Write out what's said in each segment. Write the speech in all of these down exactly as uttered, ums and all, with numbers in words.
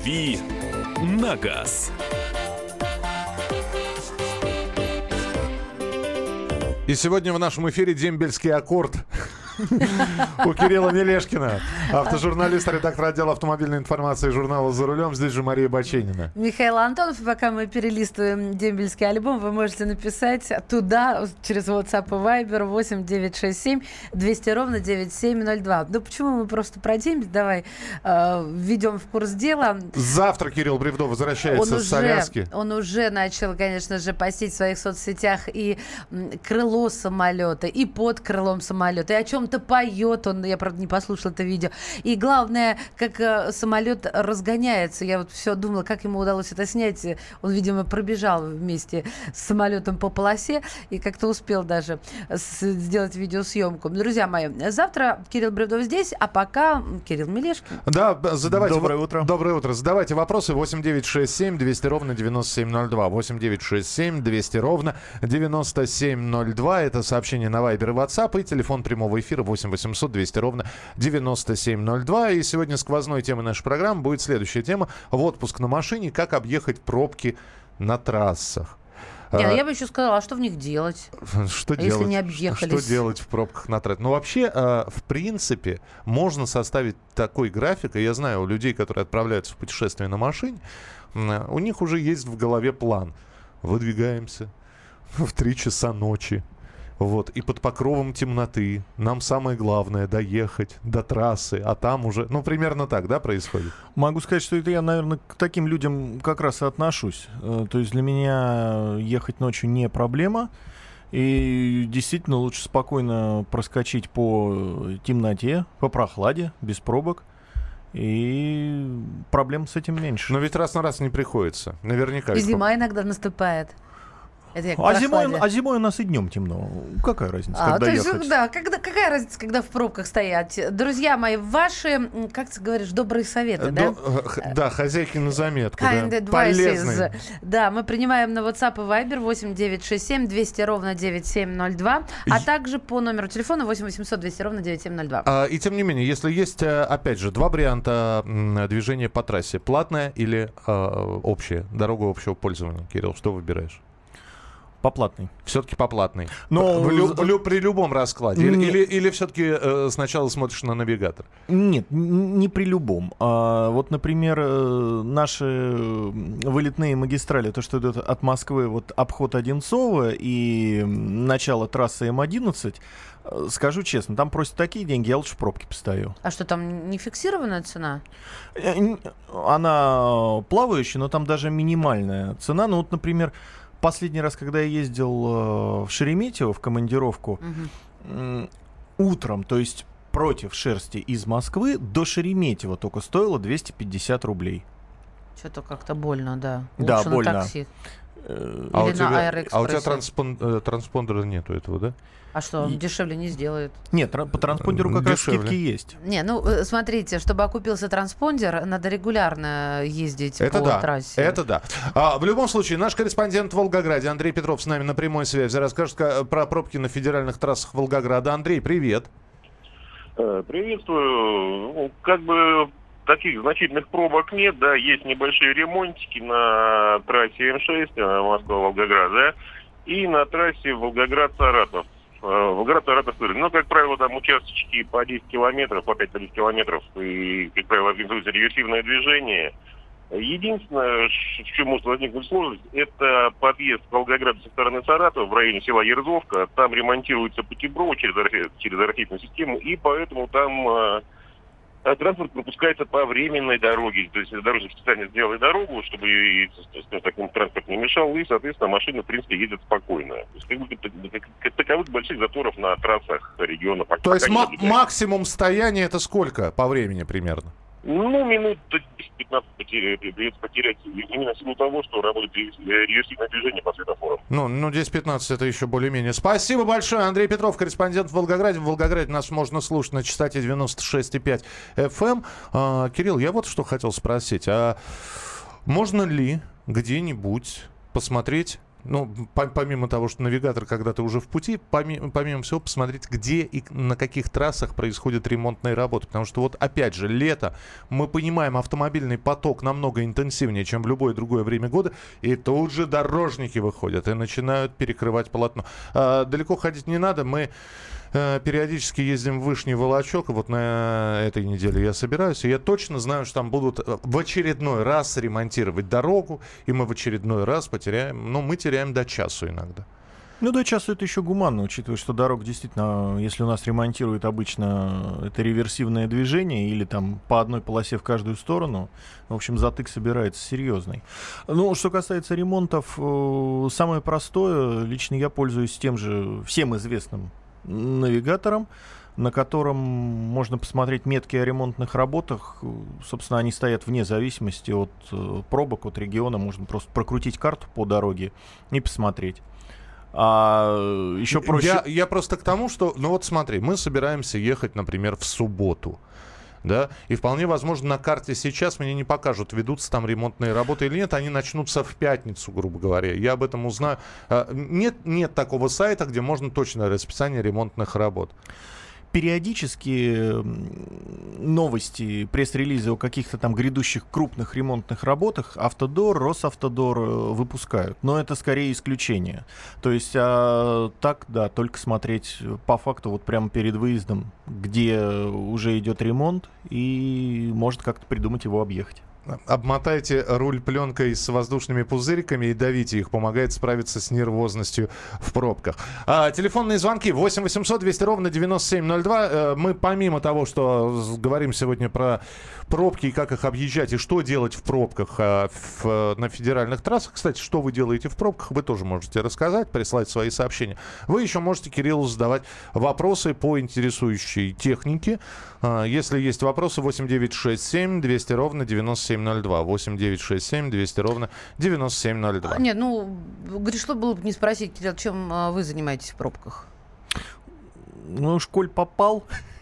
«Дави на газ». И сегодня в нашем эфире дембельский аккорд у Кирилла Мелешкина, автожурналист, редактор отдела автомобильной информации журнала «За рулем». Здесь же Мария Баченина. Михаил Антонов. И пока мы перелистываем дембельский альбом, вы можете написать туда через WhatsApp и Viber восемь девятьсот шестьдесят семь двести ровно девяносто семь ноль два. Ну почему мы просто про дембель? Давай э, введем в курс дела. Завтра Кирилл Бревдо возвращается он с уже, Аляски. Он уже начал, конечно же, постить в своих соцсетях и крыло самолета, и под крылом самолета, и о чем то поет он, я, правда, не послушала это видео. И главное, как э, самолет разгоняется. Я вот все думала, как ему удалось это снять. Он, видимо, пробежал вместе с самолетом по полосе и как-то успел даже с- сделать видеосъемку. Друзья мои, завтра Кирилл Бревдов здесь, а пока Кирилл Мелешкин. Да, задавайте. Доброе утро. Доброе утро. Задавайте вопросы. восемь девятьсот шестьдесят семь двести ровно девяносто семь ноль два. восемь девятьсот шестьдесят семь двести ровно девяносто семь ноль два. Это сообщение на Viber и WhatsApp. И телефон прямого эфира восемь восемьсот двести ровно девяносто семь ноль два. И сегодня сквозной темой нашей программы будет следующая тема. В отпуск на машине. Как объехать пробки на трассах. Не, А, я бы еще сказала, а что в них делать? Что А делать? если не объехались? Что делать в пробках на трассе? Ну, вообще, э, в принципе, можно составить такой график. И я знаю, у людей, которые отправляются в путешествие на машине, э, у них уже есть в голове план. Выдвигаемся в три часа ночи. Вот, и под покровом темноты нам самое главное доехать до трассы, а там уже, ну, примерно так, да, происходит? Могу сказать, что это я, наверное, к таким людям как раз и отношусь. Э, То есть для меня ехать ночью не проблема. И действительно лучше спокойно проскочить по темноте, по прохладе, без пробок. И проблем с этим меньше. Но ведь раз на раз не приходится, наверняка. И ведь зима иногда наступает. Это я к А зимой, прохладе. а зимой у нас и днем темно. Какая разница, А, когда то есть, ехать? да, когда, какая разница, когда в пробках стоять? Друзья мои, ваши, м, как ты говоришь, добрые советы, да? До- э, х- да, хозяйки на заметку. Kind Да. advices. Полезные. Да, мы принимаем на WhatsApp и Viber восемь девятьсот шестьдесят семь двести ровно девяносто семь ноль два, а И- также по номеру телефона восемь восемьсот двести ровно девяносто семь ноль два. А, и тем не менее, если есть, э, опять же, два варианта м, движения по трассе. Платная или э, общая? Дорога общего пользования. Кирилл, что выбираешь? По платной. Все-таки по платной. Но В лю- за- лю- при любом раскладе. Или, Не- или, или все-таки э, сначала смотришь на навигатор? Нет, н- не при любом. А, вот, например, э, наши э, вылетные магистрали, то, что идет от Москвы, вот обход Одинцова и м, начало трассы М одиннадцать, э, скажу честно, там просят такие деньги, я лучше в пробке постою. А что, там не фиксированная цена? Э, н- Она плавающая, но там даже минимальная цена. Ну вот, например, последний раз, когда я ездил э, в Шереметьево в командировку, Мгм. м, утром, то есть против шерсти из Москвы до Шереметьево только стоило двести пятьдесят рублей. Что-то как-то больно, да. Да, Лучше больно. на такси. Э, А у, Или на тебя, Аэроэкспрессе. а у тебя транспон- э, транспондера нету этого, да? А что, он И- дешевле не сделает? Нет, тра- по транспондеру как раз Дешевле. скидки есть. Не, ну, э, смотрите, чтобы окупился транспондер, надо регулярно ездить Это по да, трассе. это да. А, в любом случае, наш корреспондент в Волгограде Андрей Петров с нами на прямой связи расскажет ка- про пробки на федеральных трассах Волгограда. Андрей, привет. Э, Приветствую. Ну, как бы таких значительных пробок нет, да, есть небольшие ремонтики на трассе М шесть, э, Москва-Волгоград, да, и на трассе Волгоград-Саратов. Э, Волгоград-Саратов, но, как правило, там участочки по десять километров, по пять-десять километров, и, как правило, организуется регрессивное движение. Единственное, ш- в чем может возникнуть сложность, это подъезд в Волгоград со стороны Саратова в районе села Ерзовка. Там ремонтируется путепровод через, архи- через архитектурную систему, и поэтому там э, э, транспорт пропускается по временной дороге. То есть дорожник специально сделали дорогу, чтобы и, скажем так, транспорт не мешал, и, соответственно, машины, в принципе, ездят спокойно. То есть, как бы, как- как таковых больших заторов на трассах региона пока То есть не ма- наблюдается. максимум стояния это сколько по времени примерно? Ну, минут десять-пятнадцать потеря- придется потерять именно в силу того, что работает реверсивное движение по светофорам. Ну, ну десять-пятнадцать это еще более-менее. Спасибо большое. Андрей Петров, корреспондент в Волгограде. В Волгограде нас можно слушать на частоте девяносто шесть и пять эф эм. А, Кирилл, я вот что хотел спросить. А можно ли где-нибудь посмотреть ну, по- помимо того, что навигатор, когда ты уже в пути, помимо, помимо всего, посмотреть, где и на каких трассах происходят ремонтные работы. Потому что вот, опять же, лето, мы понимаем, автомобильный поток намного интенсивнее, чем в любое другое время года, и тут же дорожники выходят и начинают перекрывать полотно. А, далеко ходить не надо, мы э, периодически ездим в Вышний Волочок, вот на этой неделе я собираюсь, и я точно знаю, что там будут в очередной раз ремонтировать дорогу, и мы в очередной раз потеряем, ну, мы теряем до часу иногда. Ну, до часу это еще гуманно, учитывая, что дорог действительно, если у нас ремонтируют обычно, это реверсивное движение или там по одной полосе в каждую сторону, в общем, затык собирается серьезный. Ну, что касается ремонтов, э, самое простое, лично я пользуюсь тем же всем известным навигатором, на котором можно посмотреть метки о ремонтных работах. Собственно, они стоят вне зависимости от э, пробок, от региона. Можно просто прокрутить карту по дороге и посмотреть. А еще проще... Я, я просто к тому, что, ну вот смотри, мы собираемся ехать, например, в субботу, да, и вполне возможно на карте сейчас мне не покажут, ведутся там ремонтные работы или нет, они начнутся в пятницу, грубо говоря, я об этом узнаю. Нет, нет такого сайта, где можно точное расписание ремонтных работ. Периодически новости, пресс-релизы о каких-то там грядущих крупных ремонтных работах Автодор, Росавтодор выпускают. Но это скорее исключение. То есть а, так, да, только смотреть по факту вот прямо перед выездом, где уже идет ремонт, и может как-то придумать его объехать. Обмотайте руль пленкой с воздушными пузыриками и давите их. Помогает справиться с нервозностью в пробках. А, телефонные звонки восемь восемьсот двести ровно девяносто семь ноль два. А, мы помимо того, что говорим сегодня про пробки и как их объезжать, и что делать в пробках а, в, на федеральных трассах. Кстати, что вы делаете в пробках, вы тоже можете рассказать, прислать свои сообщения. Вы еще можете Кириллу задавать вопросы по интересующей технике. А, если есть вопросы, восемь девятьсот шестьдесят семь двести ровно девяносто семь ноль два. восемь девятьсот шестьдесят семь двести ровно девяносто семь ноль два. Нет, ну, грешло было бы не спросить, Кирилл, чем а, вы занимаетесь в пробках? Ну, школь попал.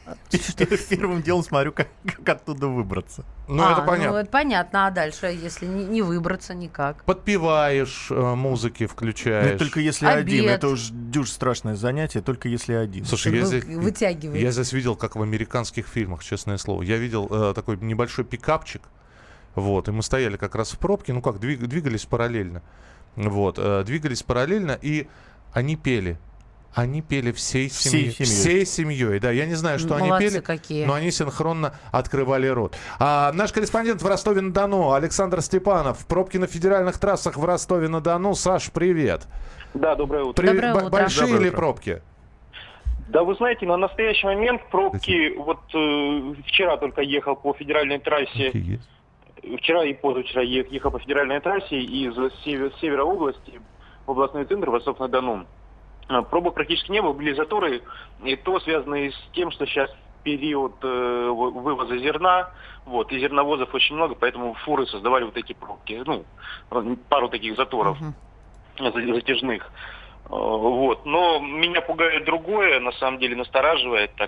Первым делом смотрю, как, как оттуда выбраться. Ну, а, это понятно. Ну, это понятно. А дальше, если не, не выбраться никак? Подпеваешь, э, музыки включаешь. Ну, только если Обед. один. Это уж дюж страшное занятие, только если один. Слушай, я Вы, здесь, вытягиваете. я здесь видел, как в американских фильмах, честное слово. Я видел э, такой небольшой пикапчик. Вот, и мы стояли как раз в пробке. Ну как, двиг, двигались параллельно. Вот, э, двигались параллельно, и они пели. Они пели всей семьей. Всей семьей. Всей семьей, да. Я не знаю, что Молодцы они пели, какие. но они синхронно открывали рот. А наш корреспондент в Ростове-на-Дону Александр Степанов. Пробки на федеральных трассах в Ростове-на-Дону. Саш, привет. Да, доброе утро. При- Доброе б- утро. Большие Доброе ли утро. пробки? Да, вы знаете, на настоящий момент пробки, вот э, вчера только ехал по федеральной трассе, Есть. вчера и позавчера е- ехал по федеральной трассе из севера, севера области в областной центр Ростов-на-Дону. А, Пробок практически не было, были заторы, и то связано с тем, что сейчас период э, вы- вывоза зерна, вот, и зерновозов очень много, поэтому фуры создавали вот эти пробки, ну, пару таких заторов Мгм. за- затяжных. Э, Вот. Но меня пугает другое, на самом деле настораживает так.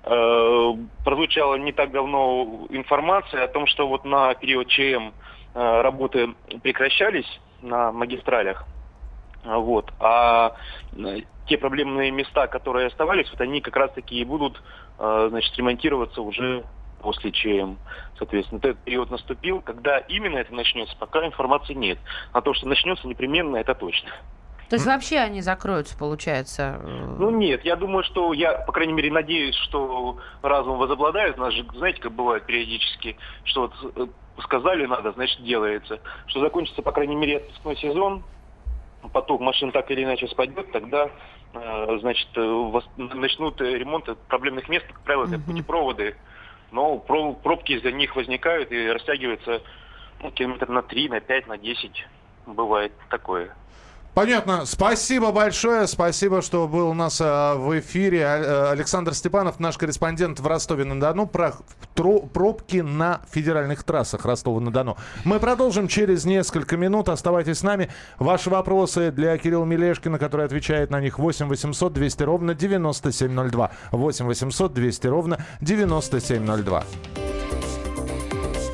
Э, Прозвучала не так давно информация о том, что вот на период ЧМ э, работы прекращались на магистралях. А, Вот. А э, те проблемные места, которые оставались, вот они как раз-таки и будут э, значит, ремонтироваться уже после ЧМ. Соответственно, этот период наступил. Когда именно это начнется, пока информации нет. А то, что начнется непременно, это точно. То есть вообще они закроются, получается? э, Ну нет, я думаю, что я, по крайней мере, надеюсь, что разум возобладает. У нас же, знаете, как бывает периодически, что вот э, сказали надо, значит делается. Что закончится, по крайней мере, отпускной сезон, поток машин так или иначе спадет, тогда, э, значит, э, вос- начнут э, ремонт проблемных мест, как правило, это Мгм. путепроводы. Но про- пробки из-за них возникают и растягиваются ну, километр на три, на пять, на десять. Бывает такое. Понятно. Спасибо большое. Спасибо, что был у нас а, в эфире. А, Александр Степанов, наш корреспондент в Ростове-на-Дону, про тро- пробки на федеральных трассах Ростова-на-Дону. Мы продолжим через несколько минут. Оставайтесь с нами. Ваши вопросы для Кирилла Мелешкина, который отвечает на них. восемь восемьсот двести ровно девяносто семь ноль два. восемь восемьсот двести ровно девяносто семь ноль два.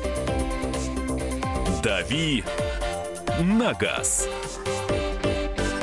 «Дави на газ».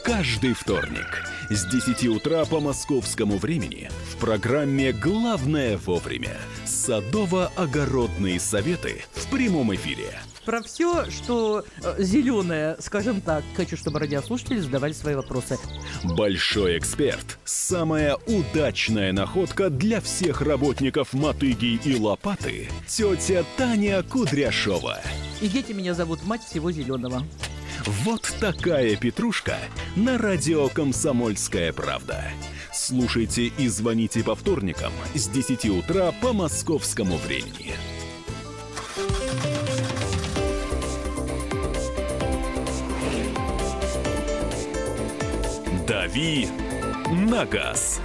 каждый вторник с десяти утра по московскому времени в программе «Главное вовремя» садово-огородные советы в прямом эфире. Про все, что э, зеленое, скажем так. Хочу, чтобы радиослушатели задавали свои вопросы. Большой эксперт. Самая удачная находка для всех работников мотыги и лопаты. Тетя Таня Кудряшова. И дети меня зовут мать всего зеленого. Вот такая петрушка на радио «Комсомольская правда». Слушайте и звоните по вторникам с десяти утра по московскому времени. «Дави на газ».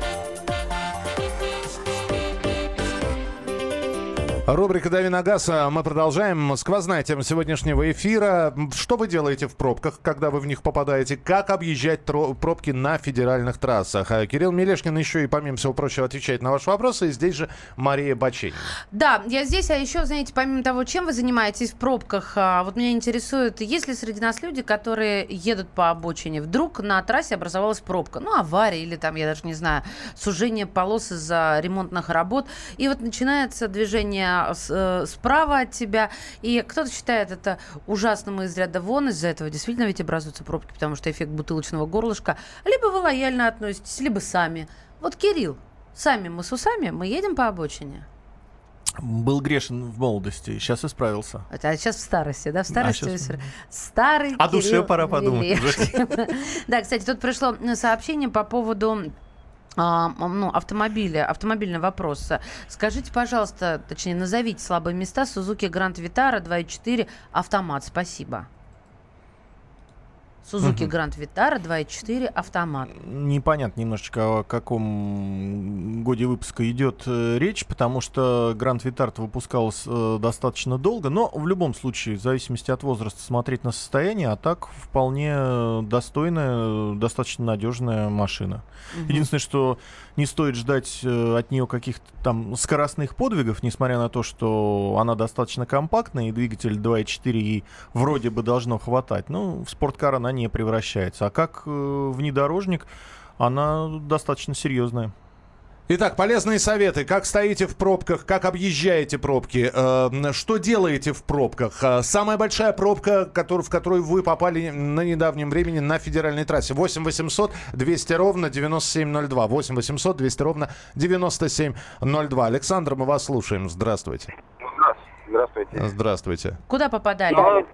Рубрика «Дави на газ». Мы продолжаем. Сквозная тема сегодняшнего эфира. Что вы делаете в пробках, когда вы в них попадаете? Как объезжать тро- пробки на федеральных трассах? Кирилл Мелешкин еще и, помимо всего прочего, отвечает на ваши вопросы. И здесь же Мария Баченина. Да, я здесь, а еще, знаете, помимо того, чем вы занимаетесь в пробках, вот меня интересует, есть ли среди нас люди, которые едут по обочине, вдруг на трассе образовалась пробка, ну, авария или там, я даже не знаю, сужение полос из-за ремонтных работ, и вот начинается движение справа от тебя, и кто-то считает это ужасным из ряда вон, из-за этого действительно ведь образуются пробки, потому что эффект бутылочного горлышка, либо вы лояльно относитесь, либо сами. Вот, Кирилл, сами мы с усами, мы едем по обочине. Был грешен в молодости, сейчас исправился. А сейчас в старости, да? В старости. А, сейчас... Старый О душе Кирилл пора подумать. Да, кстати, тут пришло сообщение по поводу А, ну, автомобиля, автомобильный вопрос. Скажите, пожалуйста, точнее, назовите слабые места Suzuki Grand Vitara два и четыре автомат. Спасибо. Suzuki Grand Vitara два и четыре автомат. Непонятно немножечко, о каком годе выпуска идет э, речь, потому что Grand Vitara выпускалась э, достаточно долго, но в любом случае, в зависимости от возраста, смотреть на состояние, а так вполне достойная, достаточно надежная машина. Угу. Единственное, что не стоит ждать э, от нее каких-то там скоростных подвигов, несмотря на то, что она достаточно компактная, и двигатель два и четыре ей вроде бы должно хватать, но в спорткар она не превращается. А как э, внедорожник, она достаточно серьезная. Итак, полезные советы. Как стоите в пробках, как объезжаете пробки, э, что делаете в пробках. Э, самая большая пробка, который, в которую вы попали на недавнем времени на федеральной трассе. восемь восемьсот двести ровно девяносто семь ноль два. восемь восемьсот двести ровно девяносто семь ноль два. Александр, мы вас слушаем. Здравствуйте. Здравствуйте. Здравствуйте. Куда попадали? Ну,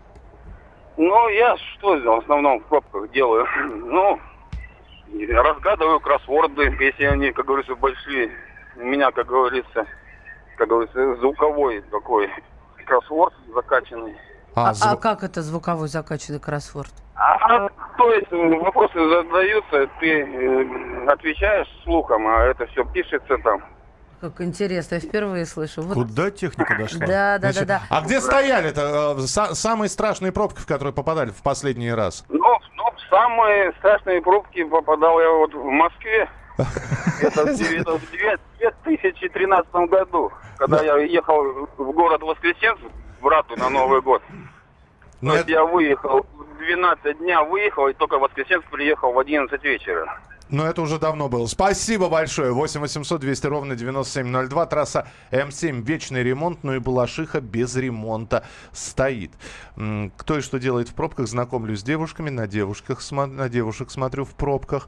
ну я что в основном в пробках делаю? Ну... разгадываю кроссворды, если они, как говорится, большие. У меня, как говорится, как говорится, звуковой такой кроссворд закачанный. А, А, звук... а как это звуковой закачанный кроссворд? А, то есть вопросы задаются, ты э, отвечаешь слухом, а это все пишется там. Как интересно, я впервые слышу. Вот. Куда техника дошла? Да, да, Значит, да, да. А где стояли-то? Са- самые страшные пробки, в которые попадали в последний раз? Ну, ну, в самые страшные пробки попадал я вот в Москве. Это в две тысячи тринадцатом году, когда я ехал в город Воскресенск, в Рату на Новый год. То есть я выехал, в двенадцать дня выехал, и только в Воскресенск приехал в одиннадцать вечера. Но это уже давно было. Спасибо большое. восемь восемьсот двести ровно девяносто семь ноль два. Трасса эм семь. Вечный ремонт, но и Балашиха без ремонта стоит. Кто и что делает в пробках, знакомлюсь с девушками. На, девушках, на девушек смотрю в пробках.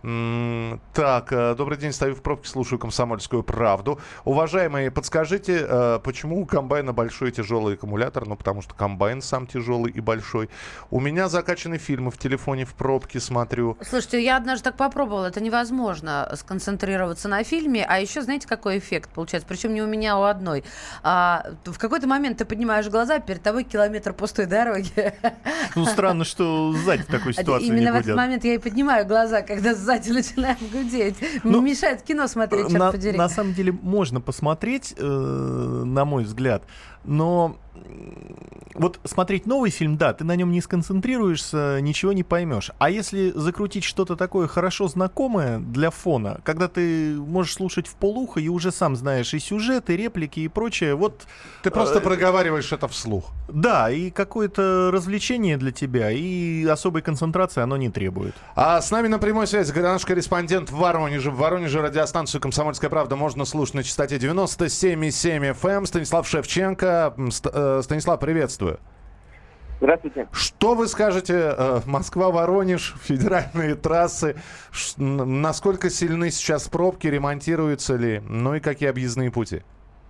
Так, добрый день, стою в пробке, слушаю «Комсомольскую правду». Уважаемые, подскажите, почему у комбайна большой и тяжелый аккумулятор? Ну, потому что комбайн сам тяжелый и большой. У меня закачаны фильмы в телефоне, в пробке смотрю. Слушайте, я однажды так попробовала. Это невозможно сконцентрироваться на фильме. А еще, знаете, какой эффект получается? Причем не у меня, а у одной. А, в какой-то момент ты поднимаешь глаза, перед тобой километр пустой дороги. Ну, странно, что сзади в такой ситуации не Именно в гудят. этот момент я и поднимаю глаза, когда сзади начинаем гудеть. Ну, мешает кино смотреть, черт на, подери. на самом деле можно посмотреть, э, на мой взгляд. Но вот смотреть новый фильм, да, ты на нем не сконцентрируешься, ничего не поймешь. А если закрутить что-то такое хорошо знакомое для фона, когда ты можешь слушать вполуха и уже сам знаешь и сюжет, и реплики, и прочее, вот... Ты просто э, проговариваешь это вслух. Да, и какое-то развлечение для тебя, и особой концентрации оно не требует. А с нами на прямой связи наш корреспондент в Воронеже. В Воронеже радиостанцию «Комсомольская правда» можно слушать на частоте девяносто семь и семь эф эм. Станислав Шевченко. Станислав, приветствую. Здравствуйте. Что вы скажете? Москва-Воронеж, федеральные трассы. Ш- насколько сильны сейчас пробки, ремонтируются ли? Ну и какие объездные пути?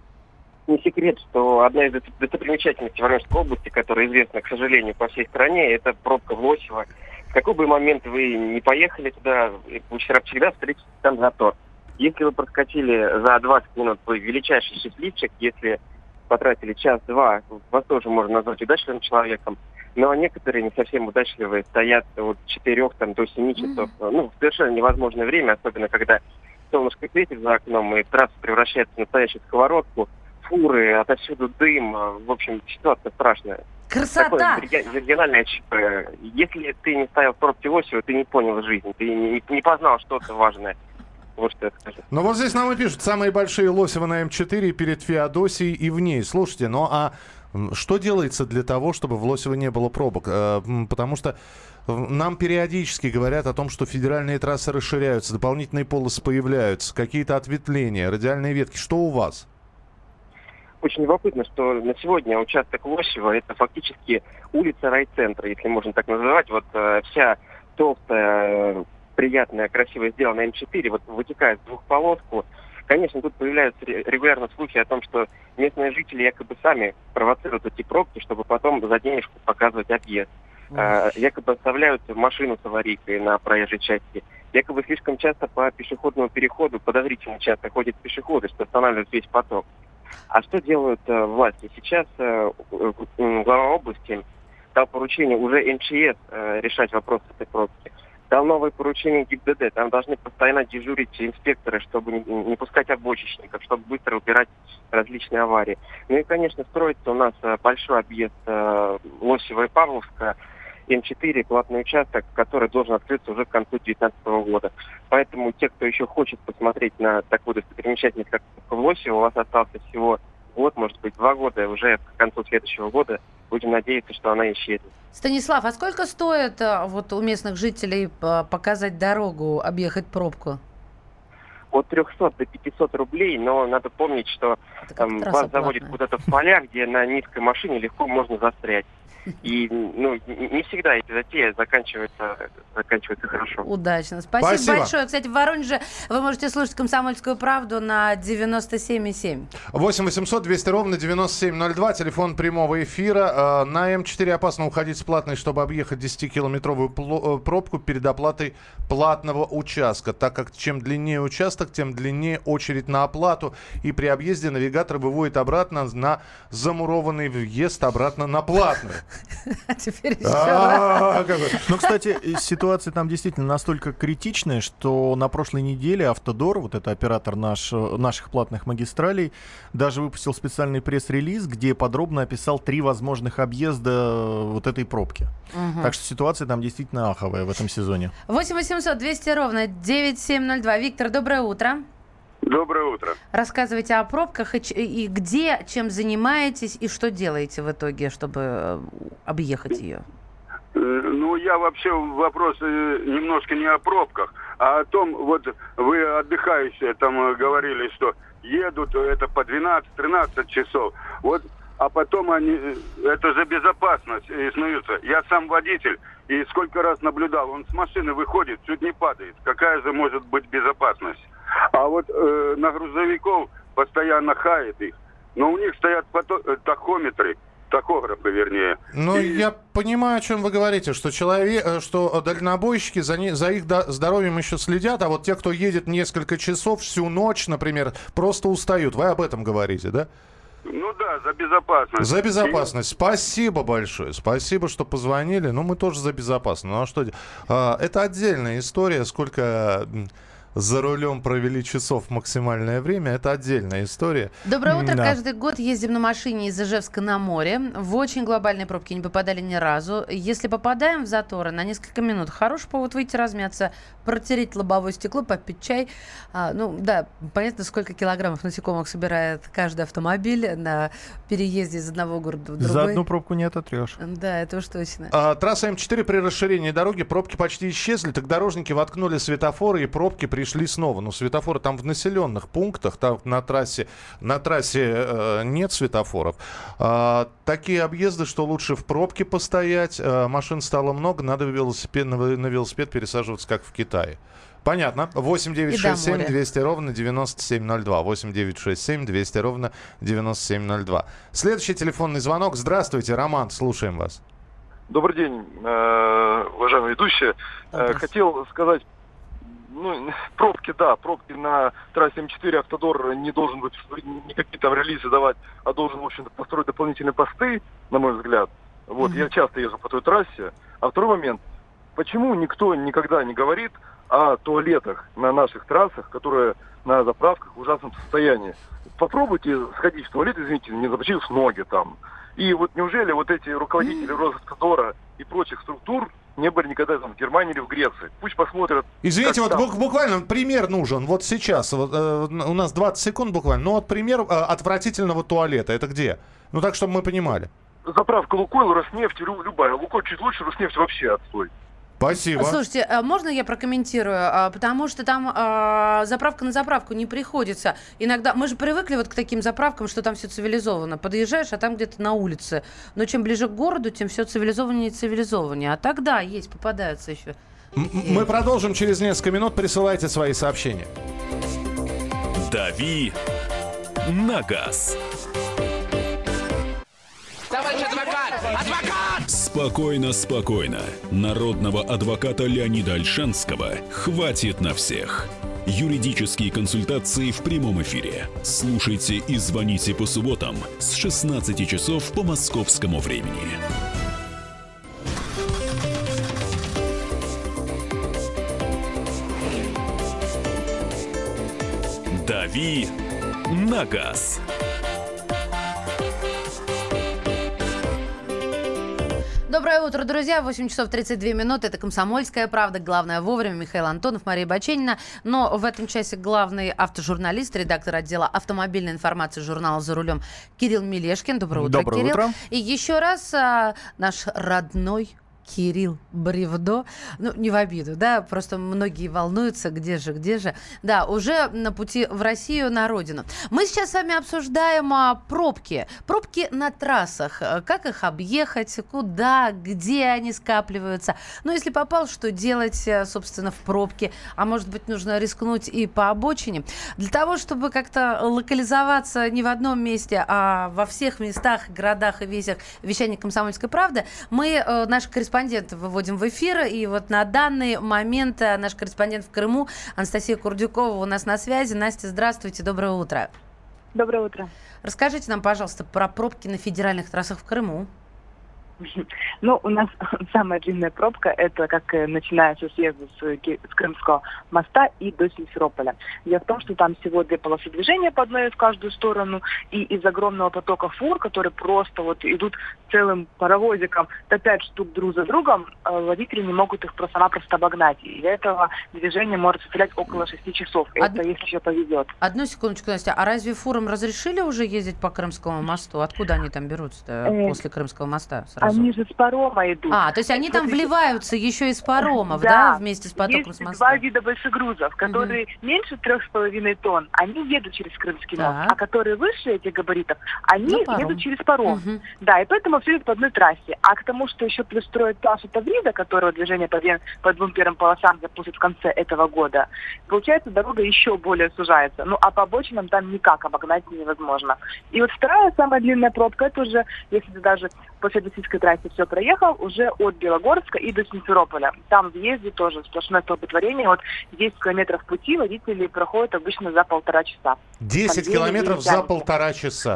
Не секрет, что одна из достопримечательностей Воронежской области, которая известна, к сожалению, по всей стране, это пробка в Лосево. В какой бы момент вы не поехали туда, вы вчера всегда встретите там затор. Если вы проскочили за двадцать минут, вы величайший счастливчик. Если потратили час-два, вас тоже можно назвать удачливым человеком. Но некоторые не совсем удачливые стоят от четырех там, до семи часов. Mm-hmm. Ну, в совершенно невозможное время, особенно когда солнышко светит за окном, и трасса превращается в настоящую сковородку. Фуры, отовсюду дым. В общем, ситуация страшная. Красота! Такое региональное ЧП. Если ты не стоял в пробке Лосева, ты не понял жизнь, ты не, не познал что-то важное. Вот что я скажу. Ну вот здесь нам и пишут, самые большие Лосева на эм четыре перед Феодосией и в ней. Слушайте, ну а что делается для того, чтобы в Лосево не было пробок? Потому что нам периодически говорят о том, что федеральные трассы расширяются, дополнительные полосы появляются, какие-то ответвления, радиальные ветки. Что у вас? Очень любопытно, что на сегодня участок Лосева — это фактически улица райцентра, если можно так называть. Вот э, вся толстая, приятная, красиво сделанная эм четыре вот вытекает в двухполоску. Конечно, тут появляются регулярно слухи о том, что местные жители якобы сами провоцируют эти пробки, чтобы потом за денежку показывать объезд. Э, якобы оставляют машину с аварийкой на проезжей части. Якобы слишком часто по пешеходному переходу подозрительно часто ходят пешеходы, что останавливают весь поток. А что делают э, власти? Сейчас э, э, глава области дал поручение уже эм че эс э, решать вопрос этой пробки. Дал новое поручение ГИБДД. Там должны постоянно дежурить инспекторы, чтобы не, не пускать обочечников, чтобы быстро убирать различные аварии. Ну и, конечно, строится у нас э, большой объезд э, Лосева и Павловска, эм четыре, платный участок, который должен открыться уже к концу две тысячи девятнадцатого года. Поэтому те, кто еще хочет посмотреть на такую достопримечательность, как Лосево, у вас остался всего год, может быть, два года, и уже к концу следующего года будем надеяться, что она исчезнет. Станислав, а сколько стоит вот у местных жителей показать дорогу, объехать пробку? От трехсот до пятисот рублей, но надо помнить, что там, вас заводят куда-то в поля, где на низкой машине легко можно застрять. И ну, не всегда эти затеи заканчиваются, заканчиваются хорошо. Удачно. Спасибо, Спасибо большое. Кстати, в Воронеже вы можете слушать «Комсомольскую правду» на девяносто семь и семь. восемь восемьсот двести ровно девяносто семь ноль два, телефон прямого эфира. На эм четыре опасно уходить с платной, чтобы объехать десятикилометровую пробку перед оплатой платного участка, так как чем длиннее участок, тем длиннее очередь на оплату. И при объезде навигатор выводит обратно на замурованный въезд, обратно на платную. Теперь еще раз. Ну, кстати, ситуация там действительно настолько критичная, что на прошлой неделе Автодор, вот это оператор наш, наших платных магистралей, даже выпустил специальный пресс-релиз, где подробно описал три возможных объезда вот этой пробки. Угу. Так что ситуация там действительно аховая в этом сезоне. восемь восемьсот двести ровно девяносто семь ноль два. Виктор, доброе утро. Доброе утро. Рассказывайте о пробках и, и где, чем занимаетесь и что делаете в итоге, чтобы объехать ее. Ну, я вообще вопрос немножко не о пробках, а о том, вот вы отдыхающие там говорили, что едут это по двенадцать-тринадцать часов. Вот, а потом они, это за безопасность и снуются. Я сам водитель, и сколько раз наблюдал, он с машины выходит, чуть не падает. Какая же может быть безопасность? А вот э, на грузовиков постоянно хает их. Но у них стоят фото- тахометры, тахографы, вернее. Ну, и... я понимаю, о чем вы говорите, что человек, что дальнобойщики за, не, за их до, здоровьем еще следят, а вот те, кто едет несколько часов, всю ночь, например, просто устают. Вы об этом говорите, да? Ну да, за безопасность. За безопасность. И... Спасибо большое. Спасибо, что позвонили. Ну, мы тоже за безопасность. Ну, а что... А, это отдельная история, сколько... за рулем провели часов максимальное время, это отдельная история. Доброе утро. Да. Каждый год ездим на машине из Ижевска на море. В очень глобальные пробки не попадали ни разу. Если попадаем в заторы на несколько минут, хороший повод выйти размяться, протереть лобовое стекло, попить чай. А, ну да, понятно, сколько килограммов насекомых собирает каждый автомобиль на переезде из одного города в другой. За одну пробку не ототрешь. Да, это уж точно. А, трасса М четыре при расширении дороги, пробки почти исчезли, так дорожники воткнули светофоры, и пробки пришли снова. Ну, светофоры там в населенных пунктах, там на трассе, на трассе э, нет светофоров. А, такие объезды, что лучше в пробке постоять, а, машин стало много, надо велосипед, на, на велосипед пересаживаться, как в Китае. Понятно. восемь девятьсот шестьдесят семь двести ровно девяносто семь ноль два. восемь девятьсот шестьдесят семь двести ровно девяносто семь ноль два. Следующий телефонный звонок. Здравствуйте, Роман, слушаем вас. Добрый день, э, уважаемые ведущие. Э, хотел сказать, ну, пробки, да, пробки на трассе М четыре Автодор не должен быть никакие там релизы давать, а должен, в общем-то, построить дополнительные посты, на мой взгляд. Вот, mm-hmm. я часто езжу по той трассе. А второй момент, почему никто никогда не говорит о туалетах на наших трассах, которые на заправках в ужасном состоянии? Попробуйте сходить в туалет, извините, не запачив ноги там. И вот неужели вот эти руководители Росавтодора и прочих структур не были никогда там в Германии или в Греции? Пусть посмотрят. Извините, вот там. буквально пример нужен. Вот сейчас, вот, э, у нас двадцать секунд буквально. Ну вот пример э, отвратительного туалета. Это где? Ну так, чтобы мы понимали. Заправка Лукойл, Роснефть, любая. Лукойл чуть лучше, Роснефть вообще отстой. Спасибо. Слушайте, можно я прокомментирую? Потому что там э, заправка на заправку не приходится. Иногда мы же привыкли вот к таким заправкам, что там все цивилизованно. Подъезжаешь, а там где-то на улице. Но чем ближе к городу, тем все цивилизованнее и цивилизованнее. А тогда есть, попадаются еще. М- мы продолжим через несколько минут. Присылайте свои сообщения. Дави на газ. Товарищ адвокат! Адвокат! Спокойно, спокойно. Народного адвоката Леонида Ольшанского хватит на всех. Юридические консультации в прямом эфире. Слушайте и звоните по субботам с шестнадцати часов по московскому времени. Дави на газ. Доброе утро, друзья. восемь часов тридцать две минуты. Это «Комсомольская правда». Главное вовремя. Михаил Антонов, Мария Баченина. Но в этом часе главный автожурналист, редактор отдела автомобильной информации журнала «За рулем» Кирилл Мелешкин. Доброе утро, Доброе Кирилл. утро. И еще раз а, наш родной Кирилл Бревдо, ну, не в обиду, да, просто многие волнуются, где же, где же, да, уже на пути в Россию, на родину. Мы сейчас с вами обсуждаем а, пробки, пробки на трассах, как их объехать, куда, где они скапливаются, ну, если попал, что делать, собственно, в пробке, а может быть, нужно рискнуть и по обочине. Для того, чтобы как-то локализоваться не в одном месте, а во всех местах, городах и весях вещания «Комсомольской правды», мы, э, наши корреспонденты, выводим в эфир. И вот на данный момент наш корреспондент в Крыму Анастасия Курдюкова у нас на связи. Настя, здравствуйте, доброе утро. Доброе утро. Расскажите нам, пожалуйста, про пробки на федеральных трассах в Крыму. Ну, у нас самая длинная пробка, это как начиная со съезда с, с Крымского моста и до Симферополя. Дело в том, что там всего две полосы движения по одной в каждую сторону, и из огромного потока фур, которые просто вот идут целым паровозиком, топят штук друг за другом, водители не могут их просто-напросто обогнать. И для этого движение может составлять около шести часов. Од... Это если еще повезет. Одну секундочку, Настя. А разве фурам разрешили уже ездить по Крымскому мосту? Откуда они там берутся э... после Крымского моста? Сразу? Они же с парома идут. А, то есть они там вливаются еще из паромов, да, да, вместе с потоком есть с моста? Два вида большегрузов, которые угу. меньше трех с половиной тонн, они едут через Крымский так. мост, а которые выше этих габаритов, они едут через паром. Угу. Да, и поэтому все идет по одной трассе. А к тому, что еще плюс строят трассу Таврида, которого движение по, по двум первым полосам запустят в конце этого года, получается, дорога еще более сужается. Ну, а по обочинам там никак обогнать невозможно. И вот вторая, самая длинная пробка, это уже, если ты даже по Феодосийской трассе все проехал, уже от Белогорска и до Симферополя. Там в въезде тоже сплошное столпотворение. Вот десять километров пути водители проходят обычно за полтора часа. десять километров за полтора часа?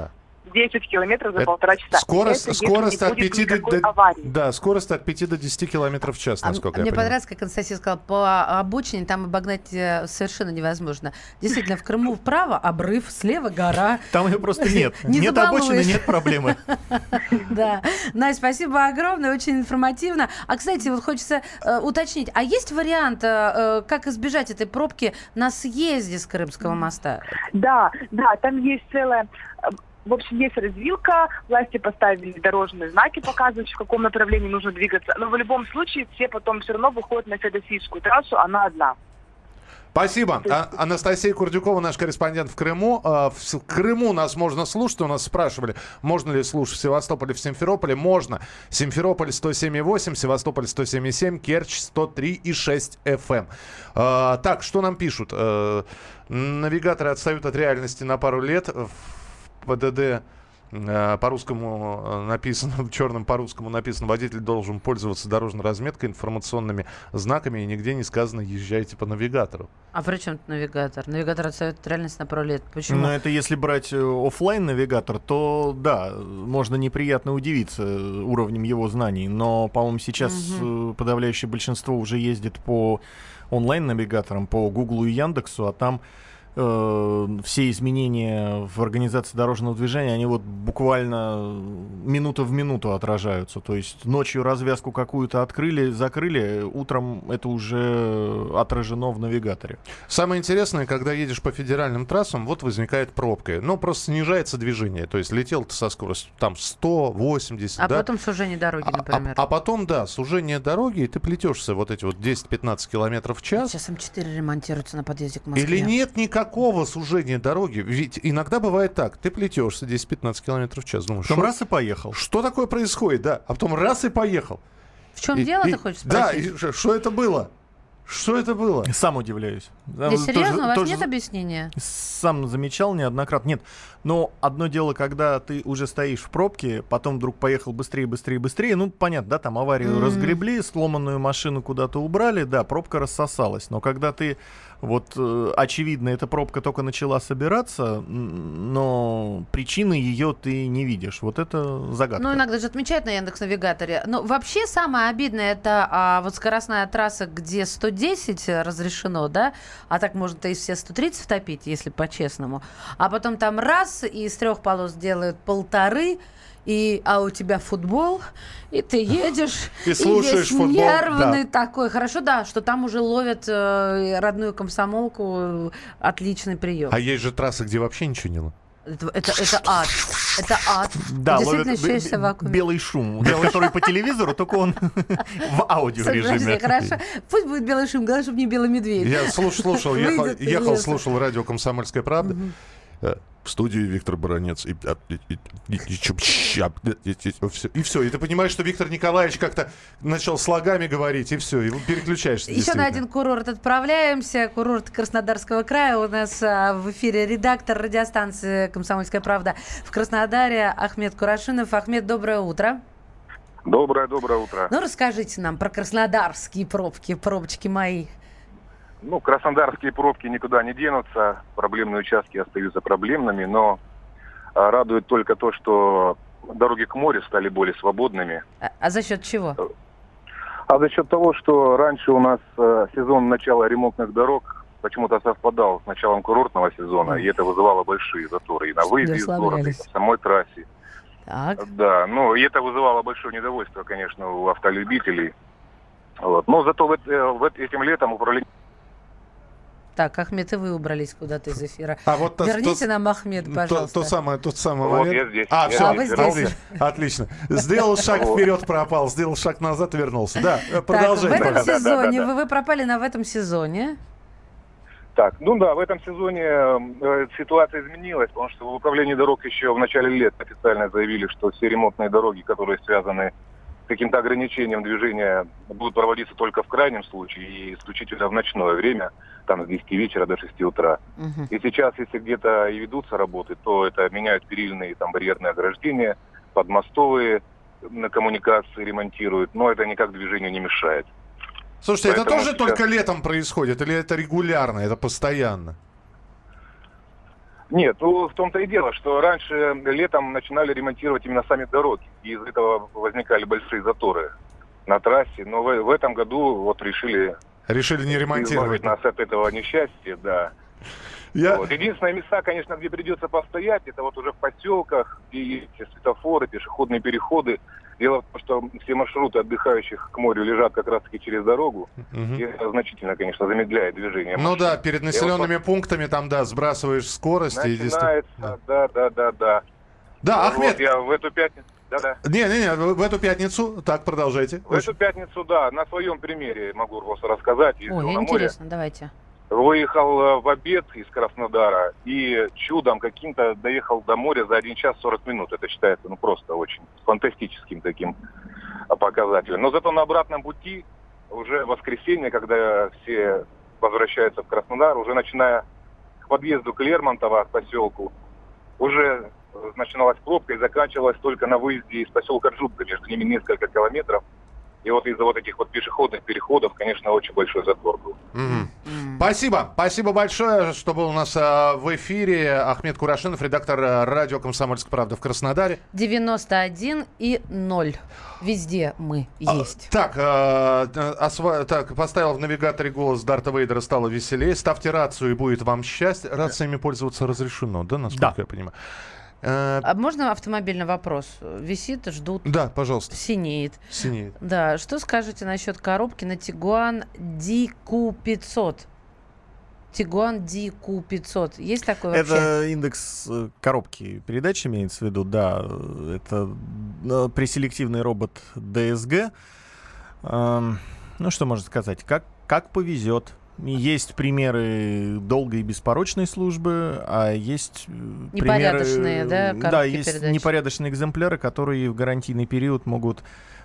десять километров за это полтора часа. Скорость, это, скорость от пяти до, до, аварии. да, скорость от пяти до десяти километров в час, насколько а, я мне понимаю. понравилось, как Анастасия сказала, по обочине там обогнать совершенно невозможно. Действительно, в Крыму вправо обрыв, слева гора. Там ее просто нет. Не нет обочины, нет проблемы. Да. Настя, спасибо огромное, очень информативно. А, кстати, вот хочется э, уточнить, а есть вариант, э, как избежать этой пробки на съезде с Крымского моста? Да, да, там есть целая... В общем, есть развилка, власти поставили дорожные знаки, показывающие, в каком направлении нужно двигаться. Но в любом случае все потом все равно выходят на Феодосийскую трассу, она одна. Спасибо. А, Анастасия Курдюкова, наш корреспондент в Крыму. А, в Крыму нас можно слушать. У нас спрашивали, можно ли слушать в Севастополе, в Симферополе. Можно. Симферополь сто семь и восемь, Севастополь сто семь и семь, Керчь сто три и шесть эф эм. А, так, что нам пишут? А, навигаторы отстают от реальности на пару лет. В ПДД по-русскому написано, черным по-русскому написано, водитель должен пользоваться дорожной разметкой, информационными знаками, и нигде не сказано «езжайте по навигатору». А при чем тут навигатор? Навигатор отстает от реальности на пару лет. Почему? Но это если брать офлайн навигатор, то да, можно неприятно удивиться уровнем его знаний. Но, по-моему, сейчас угу. подавляющее большинство уже ездит по онлайн-навигаторам, по Гуглу и Яндексу, а там все изменения в организации дорожного движения, они вот буквально минута в минуту отражаются. То есть ночью развязку какую-то открыли, закрыли, утром это уже отражено в навигаторе. Самое интересное, когда едешь по федеральным трассам, вот возникает пробка. Ну, просто снижается движение. То есть летел ты со скоростью там сто восемьдесят, а да? потом сужение дороги, например. А, а, а потом, да, сужение дороги, и ты плетешься вот эти вот десять-пятнадцать километров в час. Сейчас эм четыре ремонтируется на подъезде к Москве. Или нет никакого Какого сужения дороги? Ведь иногда бывает так. Ты плетешься десять-пятнадцать километров в час. Думаешь, потом что, раз и поехал. Что такое происходит? Да, а потом раз и поехал. В чем и, дело, и, ты хочешь спросить? Да, и, что это было? Что это было? Сам удивляюсь. Да, серьезно? Тоже, у вас тоже нет объяснения? Сам замечал неоднократно. Нет. Но одно дело, когда ты уже стоишь в пробке, потом вдруг поехал быстрее, быстрее, быстрее. Ну, понятно, да, там аварию mm-hmm. разгребли, сломанную машину куда-то убрали, да, пробка рассосалась. Но когда ты, вот, э, очевидно, эта пробка только начала собираться, но причины ее ты не видишь. Вот это загадка. Ну, иногда же отмечают на Яндекс.Навигаторе. Но вообще самое обидное, это а, вот скоростная трасса, где сто десять разрешено, да, а так можно-то и все сто тридцать втопить, если по-честному. А потом там раз, и из трех полос делают полторы, и, а у тебя футбол, и ты едешь, и, и слушаешь весь футбол, нервный да. такой. Хорошо, да, что там уже ловят э, родную комсомолку, отличный прием. А есть же трассы, где вообще ничего не ловят. Это, это, это ад. Это ад. Да, ты действительно ощущаешься в вакууме. Белый шум, который по телевизору, только он в аудиорежиме. Хорошо. Пусть будет белый шум, главное, чтобы не белый медведь. Я слушал, ехал, слушал радио «Комсомольская правда». В студии Виктор Баранец. И, и, и, и, и, и все. И ты понимаешь, что Виктор Николаевич как-то начал слогами говорить, и все, и переключаешься. Еще на один курорт отправляемся. Курорт Краснодарского края. У нас а, в эфире редактор радиостанции «Комсомольская правда» в Краснодаре Ахмед Курашинов. Ахмед, доброе утро. Доброе, доброе утро. Ну, расскажите нам про краснодарские пробки, пробочки мои. Ну, краснодарские пробки никуда не денутся, проблемные участки остаются проблемными, но а, радует только то, что дороги к морю стали более свободными. А, а за счет чего? А за счет того, что раньше у нас а, сезон начала ремонтных дорог почему-то совпадал с началом курортного сезона, mm. и это вызывало большие заторы и на выезде из города, и по самой трассе. Так. Да, ну и это вызывало большое недовольство, конечно, у автолюбителей. Вот. Но зато в, в, этим летом управление... Так, Ахмед, и вы убрались куда-то из эфира. А вот Верните то, нам Ахмед, пожалуйста. То, то самое, тот самый вот момент. я здесь. А, я все, а вы здесь. отлично, отлично. Сделал шаг вперед, пропал, сделал шаг назад, вернулся. Да, продолжайте. Так, в этом да, сезоне, да, да, да. Вы, вы пропали на в этом сезоне. Так, ну да, в этом сезоне э, ситуация изменилась, потому что в управлении дорог еще в начале лет официально заявили, что все ремонтные дороги, которые связаны с каким-то ограничением движения, будут проводиться только в крайнем случае и исключительно в ночное время, там с десяти вечера до шести утра. Uh-huh. И сейчас, если где-то и ведутся работы, то это меняют перильные там барьерные ограждения, подмостовые на коммуникации ремонтируют, но это никак движению не мешает. Слушайте, Поэтому это тоже сейчас... только летом происходит или это регулярно, это постоянно? Нет, ну в том-то и дело, что раньше летом начинали ремонтировать именно сами дороги, и из этого возникали большие заторы на трассе. Но в, в этом году вот решили... Решили не ремонтировать. Избавить нас от этого несчастья, да. Я... Вот. Единственное места, конечно, где придется постоять, это вот уже в поселках, где есть светофоры, пешеходные переходы. Дело в том, что все маршруты отдыхающих к морю лежат как раз-таки через дорогу. Угу. И это значительно, конечно, замедляет движение машин. Ну да, перед населенными вот... пунктами там, да, сбрасываешь скорость. Начинается, и... да, да, да, да. Да, да, Ахмед. Вот я в эту пятницу... Да-да. Не-не-не, в эту пятницу, так, продолжайте. В Очень... эту пятницу, да, на своем примере могу просто рассказать. Ой, на интересно, море. Давайте. Выехал в обед из Краснодара и чудом каким-то доехал до моря за один час сорок минут. Это считается, ну, просто очень фантастическим таким показателем. Но зато на обратном пути, уже в воскресенье, когда все возвращаются в Краснодар, уже начиная к подъезду к Лермонтово, к поселку, уже начиналась пробка и заканчивалась только на выезде из поселка Джутка. Между ними несколько километров. И вот из-за вот этих вот пешеходных переходов, конечно, очень большой затор был. Mm-hmm. Mm-hmm. Спасибо. Спасибо большое, что был у нас а, в эфире. Ахмед Курашинов, редактор радио «Комсомольская правда» в Краснодаре. девяносто один и ноль. Везде мы есть. А, так, а, осва... так, поставил в навигаторе голос Дарта Вейдера, стало веселее. Ставьте рацию, и будет вам счастье. Рациями пользоваться разрешено, да, насколько да. я понимаю? А можно автомобильный вопрос? Висит, ждут. Да, пожалуйста. Синеет. Синеет. Да, что скажете насчет коробки на Tiguan ди кью пятьсот? Tiguan ди кью пятьсот. Есть такой вообще? Это индекс коробки передач имеется в виду, да. Это преселективный робот ди эс джи. Эм, ну, что можно сказать? Как, как повезет. Есть примеры долгой и беспорочной службы, а есть непорядочные, примеры... да, да, есть передач. Непорядочные экземпляры, которые в гарантийный период могут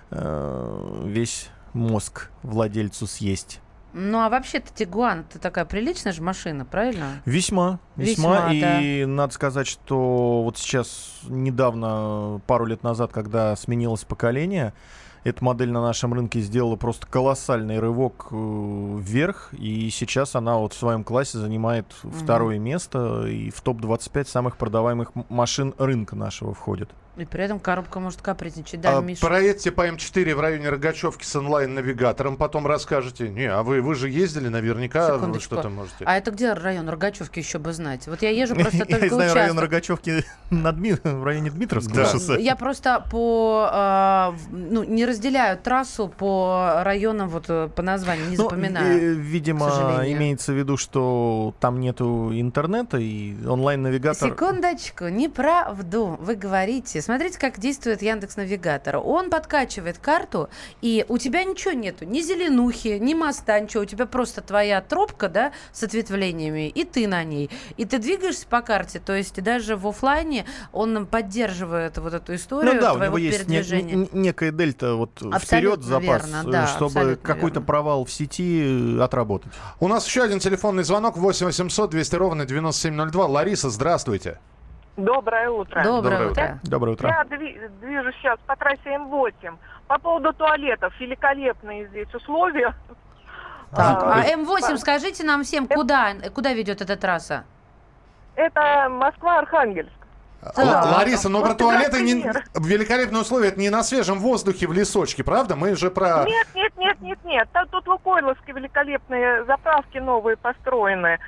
э, весь мозг владельцу съесть. Ну, а вообще-то Tiguan, это такая приличная же машина, правильно? Весьма, весьма. весьма и да. надо сказать, что вот сейчас, недавно, пару лет назад, когда сменилось поколение, эта модель на нашем рынке сделала просто колоссальный рывок э, вверх, и сейчас она вот в своем классе занимает mm-hmm. второе место, и в топ двадцать пять самых продаваемых машин рынка нашего входит. И при этом коробка может капризничать. Да, а, Миша? проедьте по эм четыре в районе Рогачевки с онлайн-навигатором, потом расскажете. Не, а вы, вы же ездили, наверняка вы что-то можете. А это где район Рогачевки, еще бы знать? Вот я езжу просто только Я знаю участок. район Рогачевки в районе Дмитровского шоссе. Я просто по... Ну, не разделяю трассу по районам, вот по названию, не запоминаю. Видимо, имеется в виду, что там нету интернета и онлайн-навигатор... Секундочку, неправду вы говорите. Смотрите, как действует Яндекс.Навигатор. Он подкачивает карту, и у тебя ничего нету. Ни зеленухи, ни моста, ничего. У тебя просто твоя тропка, да, с ответвлениями, и ты на ней. И ты двигаешься по карте. То есть даже в офлайне он поддерживает вот эту историю ну, да, твоего у него передвижения. Есть не, некая дельта вот вперед запас, верно, да, чтобы какой-то верно. провал в сети отработать. У нас еще один телефонный звонок. восемь восемьсот двести ровно девяносто семь ноль два. Лариса, здравствуйте. Доброе утро. Доброе утро. Доброе утро. Я движусь сейчас по трассе эм восемь. По поводу туалетов. Великолепные здесь условия. Так, а эм восемь, скажите нам всем, куда, куда ведет эта трасса? Это Москва-Архангельск. Да. Лариса, но вот про туалеты не... великолепные условия. Это не на свежем воздухе в лесочке, правда? Мы же про... Нет, нет, нет, нет, нет. Тут лукойловские великолепные заправки новые построены.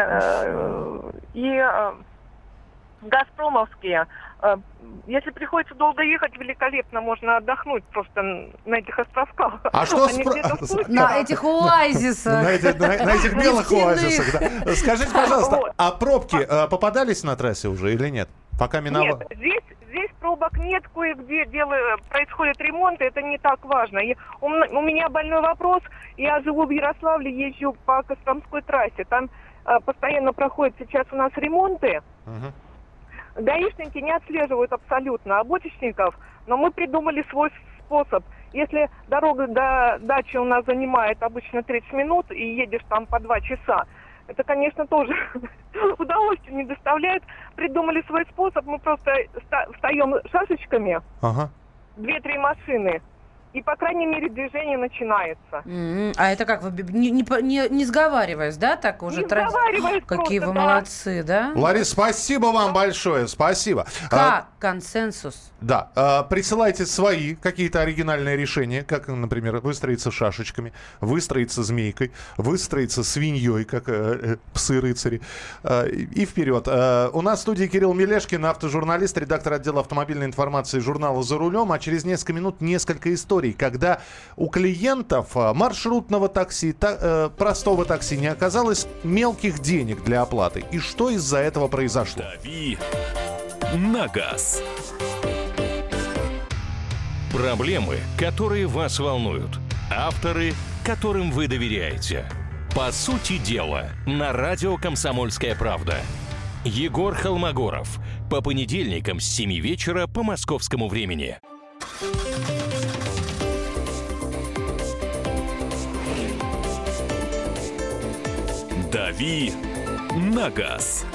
И... газпромовские. Если приходится долго ехать, великолепно можно отдохнуть просто на этих островках. А что с... На этих оазисах. На этих белых оазисах. Скажите, пожалуйста, а пробки попадались на трассе уже или нет? Пока миновало. Нет, здесь, здесь пробок нет, кое-где дело, происходит ремонт, это не так важно. И у, у меня больной вопрос, я живу в Ярославле, езжу по Костромской трассе, там а, постоянно проходят сейчас у нас ремонты. Угу. Гаишники не отслеживают абсолютно обочечников, но мы придумали свой способ. Если дорога до дачи у нас занимает обычно тридцать минут и едешь там по два часа, это, конечно, тоже удовольствие не доставляет. Придумали свой способ. Мы просто встаем шашечками, ага. две-три машины, и, по крайней мере, движение начинается. Mm-hmm. А это как, вы не, не, не, не сговариваясь, да, так уже? Не тради... сговариваясь Какие просто, вы да. молодцы, да? Ларис, спасибо вам большое, спасибо. Как А, консенсус? да, а, присылайте свои какие-то оригинальные решения, как, например, выстроиться шашечками, выстроиться змейкой, выстроиться свиньей, как э, э, псы-рыцари, э, и вперед. Э, у нас в студии Кирилл Мелешкин, автожурналист, редактор отдела автомобильной информации журнала «За рулем», а через несколько минут несколько историй, когда у клиентов маршрутного такси, та, э, простого такси не оказалось мелких денег для оплаты. И что из-за этого произошло? Дави на газ. Проблемы, которые вас волнуют. Авторы, которым вы доверяете. По сути дела, на радио «Комсомольская правда». Егор Холмогоров. По понедельникам с семи вечера по московскому времени. Дави на газ.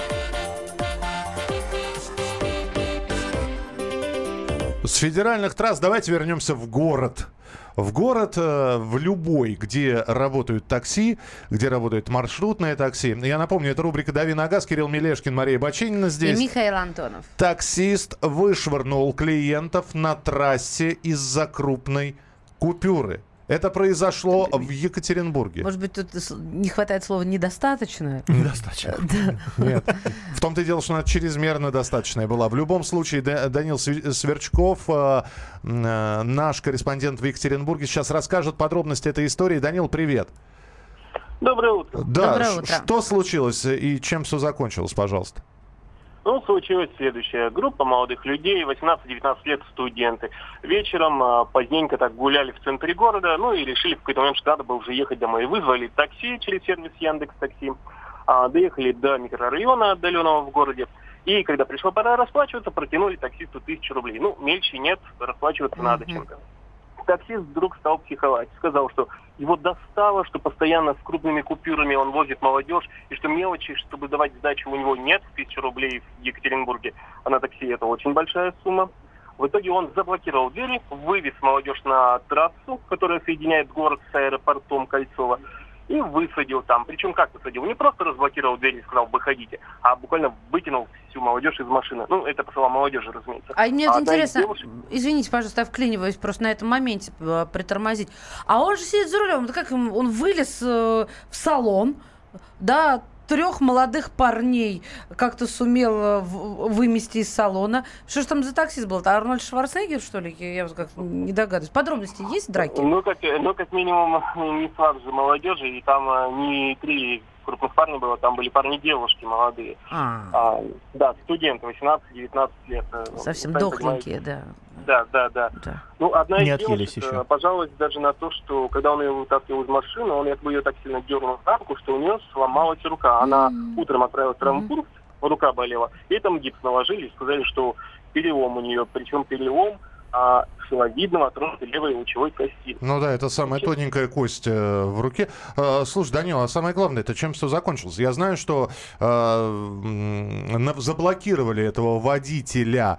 С федеральных трасс давайте вернемся в город. В город, э, в любой, где работают такси, где работает маршрутное такси. Я напомню, это рубрика «Дави на газ». Кирилл Мелешкин, Мария Баченина здесь. И Михаил Антонов. Таксист вышвырнул клиентов на трассе из-за крупной купюры. Это произошло в Екатеринбурге. Может быть, тут не хватает слова «недостаточно»? Недостаточно. Нет. В том-то и дело, что она чрезмерно достаточная была. В любом случае, Данил Сверчков, наш корреспондент в Екатеринбурге, сейчас расскажет подробности этой истории. Данил, привет. Доброе утро. Да, Доброе утро. Что случилось и чем все закончилось, пожалуйста? Ну, случилось следующее. Группа молодых людей, восемнадцать-девятнадцать лет, студенты. Вечером а, поздненько так гуляли в центре города, ну и решили в какой-то момент, что надо было уже ехать домой. Вызвали такси через сервис Яндекс.Такси, а, доехали до микрорайона отдаленного в городе. И когда пришла пора расплачиваться, протянули таксисту тысячу рублей. Ну, мельче нет, расплачиваться mm-hmm. надо чем-то. Таксист вдруг стал психовать. Сказал, что его достало, что постоянно с крупными купюрами он возит молодежь, и что мелочи, чтобы давать сдачу, у него нет. Тысячу рублей в Екатеринбурге, а на такси это очень большая сумма. В итоге он заблокировал двери, вывез молодежь на трассу, которая соединяет город с аэропортом Кольцово, и высадил там. Причем как высадил? Не просто разблокировал двери и сказал «выходите», а буквально вытянул всю молодежь из машины. Ну, это по словам молодежи, разумеется. А мне а вот интересно, девушек... извините, пожалуйста, я вклиниваюсь просто на этом моменте э, притормозить. А он же сидит за рулем, да как он, он вылез э, в салон, да, трех молодых парней как-то сумел вымести из салона. Что ж там за таксист был? Это Арнольд Шварценеггер, что ли? Я вот как-то не догадываюсь. Подробности есть драки? Ну, как, ну, как минимум, не слаб же молодежи, и там не три крупных парня было, там были парни-девушки молодые. А. А, да, студенты, восемнадцать-девятнадцать лет. Совсем дохленькие, да. Да, да, да, да. Ну, одна не из девушек еще. пожаловалась даже на то, что когда он ее вытаскивал из машины, он якобы ее так сильно дернул за руку, что у нее сломалась рука. Она mm-hmm. утром отправилась в травмпункт, mm-hmm. рука болела, и там гипс наложили и сказали, что перелом у нее, причем перелом а, шиловидного отростка левой лучевой кости. Ну да, это самая тоненькая кость э, в руке. Э, слушай, Данил, а самое главное, это чем все закончилось? Я знаю, что э, э, заблокировали этого водителя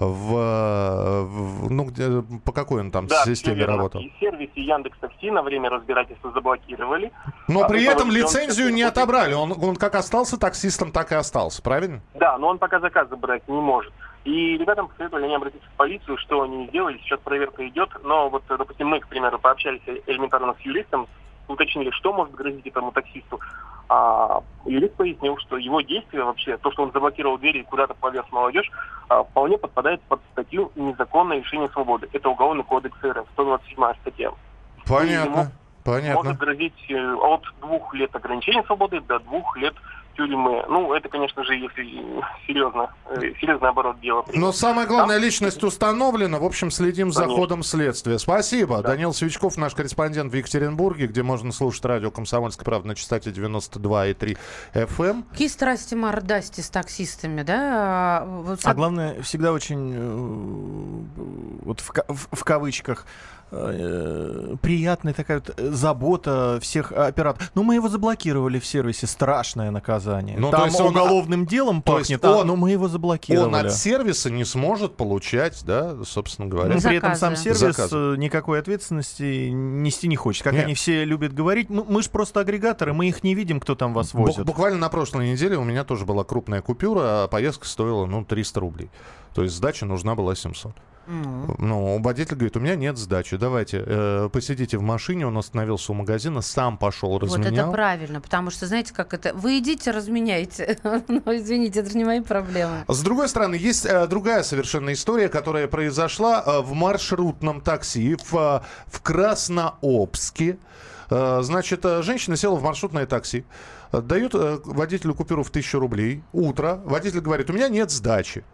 в, в ну, где, по какой он там да, системе работал? И в сервисе Яндекс.Такси на время разбирательства заблокировали. Но а при этом того, лицензию он не отобрали. Он, он как остался таксистом, так и остался, правильно? Да, но он пока заказ забрать не может. И ребятам посоветовали не обратиться в полицию, что они сделали. Сейчас проверка идет. Но вот, допустим, мы, к примеру, пообщались элементарно с юристом, уточнили, что может грозить этому таксисту. А юрист пояснил, что его действия вообще, то, что он заблокировал двери и куда-то повез молодежь, а, вполне подпадает под статью «Незаконное лишение свободы». Это Уголовный кодекс РФ, сто двадцать седьмая статья. Понятно, понятно. Может грозить от двух лет ограничения свободы до двух лет тюрьмы. Ну, это, конечно же, если серьезно, серьезный оборот дела. Но самое главное, Там... личность установлена. В общем, следим Конечно. за ходом следствия. Спасибо. Да. Данил Свечков, наш корреспондент в Екатеринбурге, где можно слушать радио «Комсомольская правда» на частоте девяносто два и три эф эм. Какие страсти мордасти с таксистами, да? Вот... А главное, всегда очень, вот в, в, в кавычках, э, приятная такая вот забота всех операторов. Ну, мы его заблокировали в сервисе, страшное наказание. Ну, Там то есть он уголовным делом пахнет, а, но мы его заблокировали. Он от сервиса не сможет получать, да, собственно говоря. Но при этом сам сервис Заказы. никакой ответственности нести не хочет. Как Нет. они все любят говорить, мы, мы же просто агрегаторы, мы их не видим, кто там вас Бу- возит. Буквально на прошлой неделе у меня тоже была крупная купюра, а поездка стоила, ну, триста рублей. То есть сдача нужна была семьсот. Mm. Ну, водитель говорит, у меня нет сдачи, давайте, э, посидите в машине, он остановился у магазина, сам пошел, разменял. Вот это правильно, потому что, знаете, как это, вы идите, разменяйте. Ну, извините, это же не мои проблемы. С другой стороны, есть э, другая совершенно история, которая произошла э, в маршрутном такси в, э, в Краснообске. Э, значит, э, женщина села в маршрутное такси, э, дает э, водителю купюру в тысячу рублей, утро, водитель говорит, у меня нет сдачи.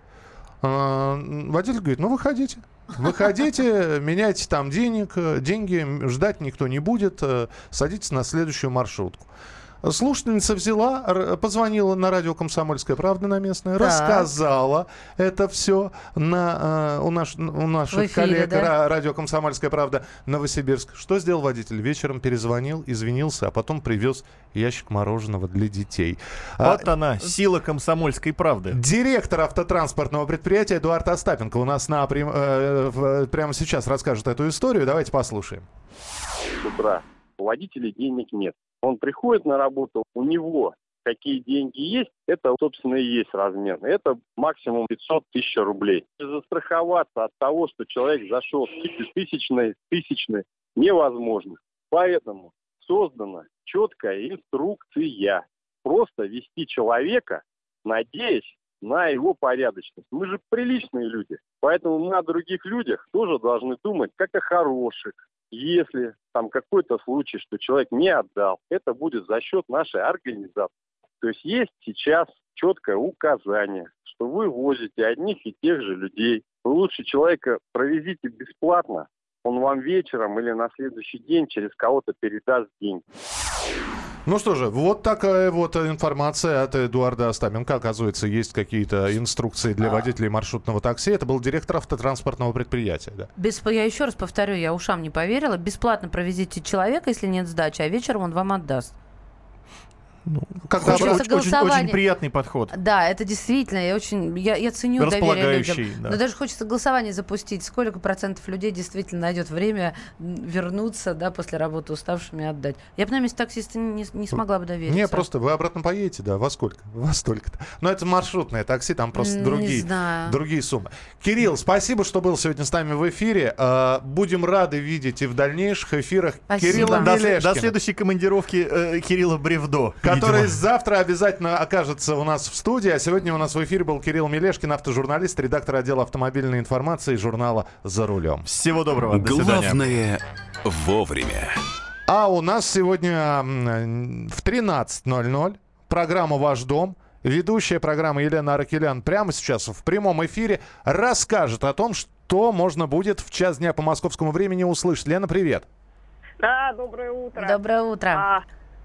Водитель говорит, ну выходите, выходите, меняйте там денег, деньги, ждать никто не будет, садитесь на следующую маршрутку. Слушательница взяла, позвонила на радио «Комсомольская правда» на местное, да. рассказала это все на, у, наш, у наших эфире, коллег да? радио «Комсомольская правда» Новосибирск. Что сделал водитель? Вечером перезвонил, извинился, а потом привез ящик мороженого для детей. Вот а, она, сила «Комсомольской правды». Директор автотранспортного предприятия Эдуард Остапенко у нас на, э, прямо сейчас расскажет эту историю. Давайте послушаем. С утра у водителей денег нет. Он приходит на работу, у него какие деньги есть, это, собственно, и есть размен. Это максимум пятьсот тысяч рублей. Застраховаться от того, что человек зашел в тысячные, тысячные, невозможно. Поэтому создана четкая инструкция. Просто вести человека, надеясь на его порядочность. Мы же приличные люди. Поэтому мы о других людях тоже должны думать как о хороших. Если там какой-то случай, что человек не отдал, это будет за счет нашей организации. То есть есть сейчас четкое указание, что вы возите одних и тех же людей. Вы лучше человека провезите бесплатно, он вам вечером или на следующий день через кого-то передаст деньги. Ну что же, вот такая вот информация от Эдуарда Остапенко. Оказывается, есть какие-то инструкции для водителей маршрутного такси. Это был директор автотранспортного предприятия. Да. Без, я еще раз повторю, я ушам не поверила. Бесплатно провезите человека, если нет сдачи, а вечером он вам отдаст. Ну, очень, очень, очень, очень приятный подход. Да, это действительно, я очень, я, я ценю доверие людям. Да. Но даже хочется голосование запустить. Сколько процентов людей действительно найдет время вернуться, да, после работы уставшими отдать? Я бы на месте таксиста не, не смогла бы довериться. Не, просто вы обратно поедете, да, во сколько? Во столько-то. Но это маршрутное такси, там просто другие, другие суммы. Кирилл, спасибо, что был сегодня с нами в эфире. Будем рады видеть и в дальнейших эфирах спасибо. Кирилла Мелешкина. До, до следующей командировки э, Кирилла Бревдо. Который завтра обязательно окажется у нас в студии. А сегодня у нас в эфире был Кирилл Мелешкин, автожурналист, редактор отдела автомобильной информации журнала «За рулем». Всего доброго. До свидания. Главное вовремя. А у нас сегодня в тринадцать ноль ноль программа «Ваш дом». Ведущая программы Елена Аракелян прямо сейчас в прямом эфире расскажет о том, что можно будет в час дня по московскому времени услышать. Лена, привет. Да, доброе утро. Доброе утро. А,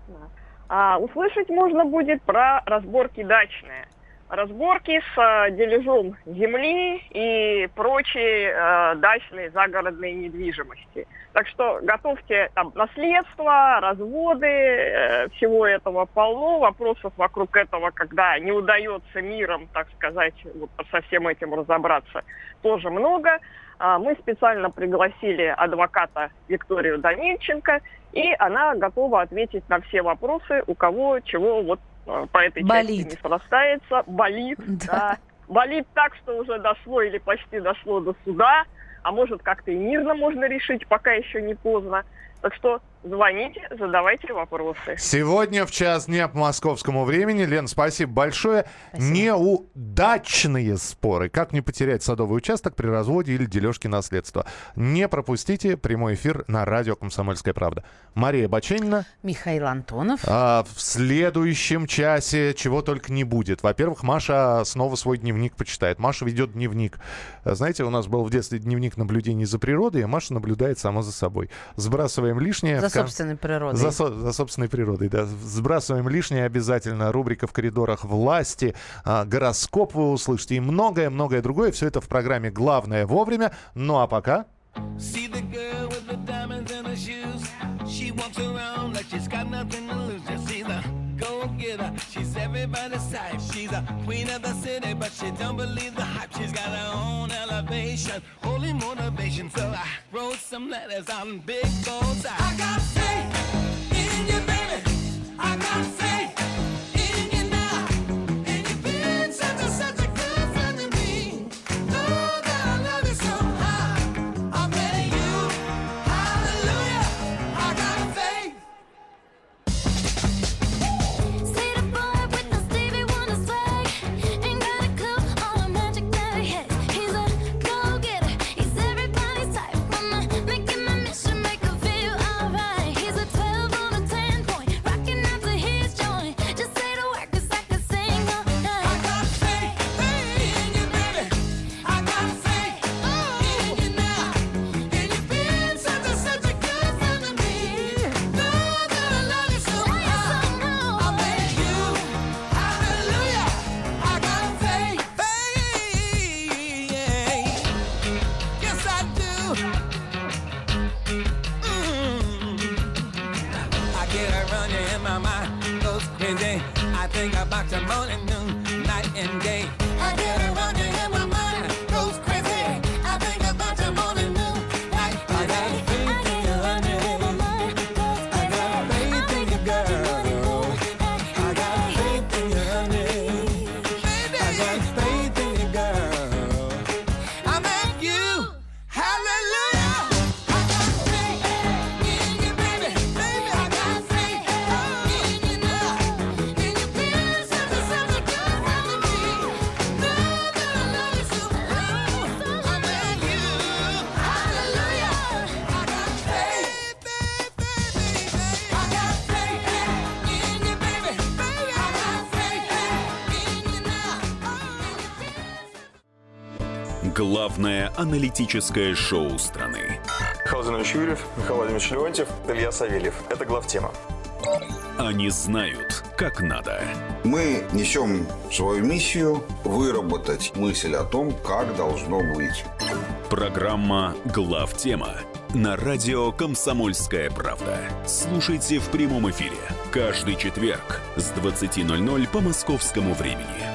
а, услышать можно будет про разборки дачные. Разборки с а, дележом земли и прочей а, дачной загородной недвижимости. Так что готовьте там наследство, разводы, э, всего этого полно. Вопросов вокруг этого, когда не удается миром, так сказать, вот, со всем этим разобраться, тоже много. А, мы специально пригласили адвоката Викторию Данильченко, и она готова ответить на все вопросы, у кого чего вот по этой болит. части не срастается, болит, да. Да. Болит так, что уже дошло или почти дошло до суда, а может как-то и мирно можно решить, пока еще не поздно. Так что звоните, задавайте вопросы. Сегодня в час дня по московскому времени. Лен, спасибо большое. Спасибо. Неудачные споры. Как не потерять садовый участок при разводе или дележке наследства. Не пропустите прямой эфир на радио «Комсомольская правда». Мария Баченина. Михаил Антонов. А в следующем часе чего только не будет. Во-первых, Маша снова свой дневник почитает. Маша ведет дневник. Знаете, у нас был в детстве дневник наблюдений за природой, а Маша наблюдает сама за собой. Сбрасываем лишнее. За собственной природой. За, со- за собственной природой, да. Сбрасываем лишнее обязательно. Рубрика «В коридорах власти», а, гороскоп вы услышите и многое-многое другое. Все это в программе «Главное вовремя». Ну а пока... See the girl with the but she's got nothing to lose. Just she's a go-getter. She's everybody's type. She's a queen of the city, but she don't believe the hype. She's got her own elevation, holy motivation. So I wrote some letters on big goals. I, I got faith in you, baby. I got faith. Главное аналитическое шоу страны. Михаил Владимирович Юрьев, Михаил Владимирович Леонтьев, Илья Савельев. Это главтема. Они знают, как надо. Мы несем свою миссию выработать мысль о том, как должно быть. Программа «Главтема» на радио «Комсомольская правда». Слушайте в прямом эфире каждый четверг с двадцати ноль-ноль по московскому времени.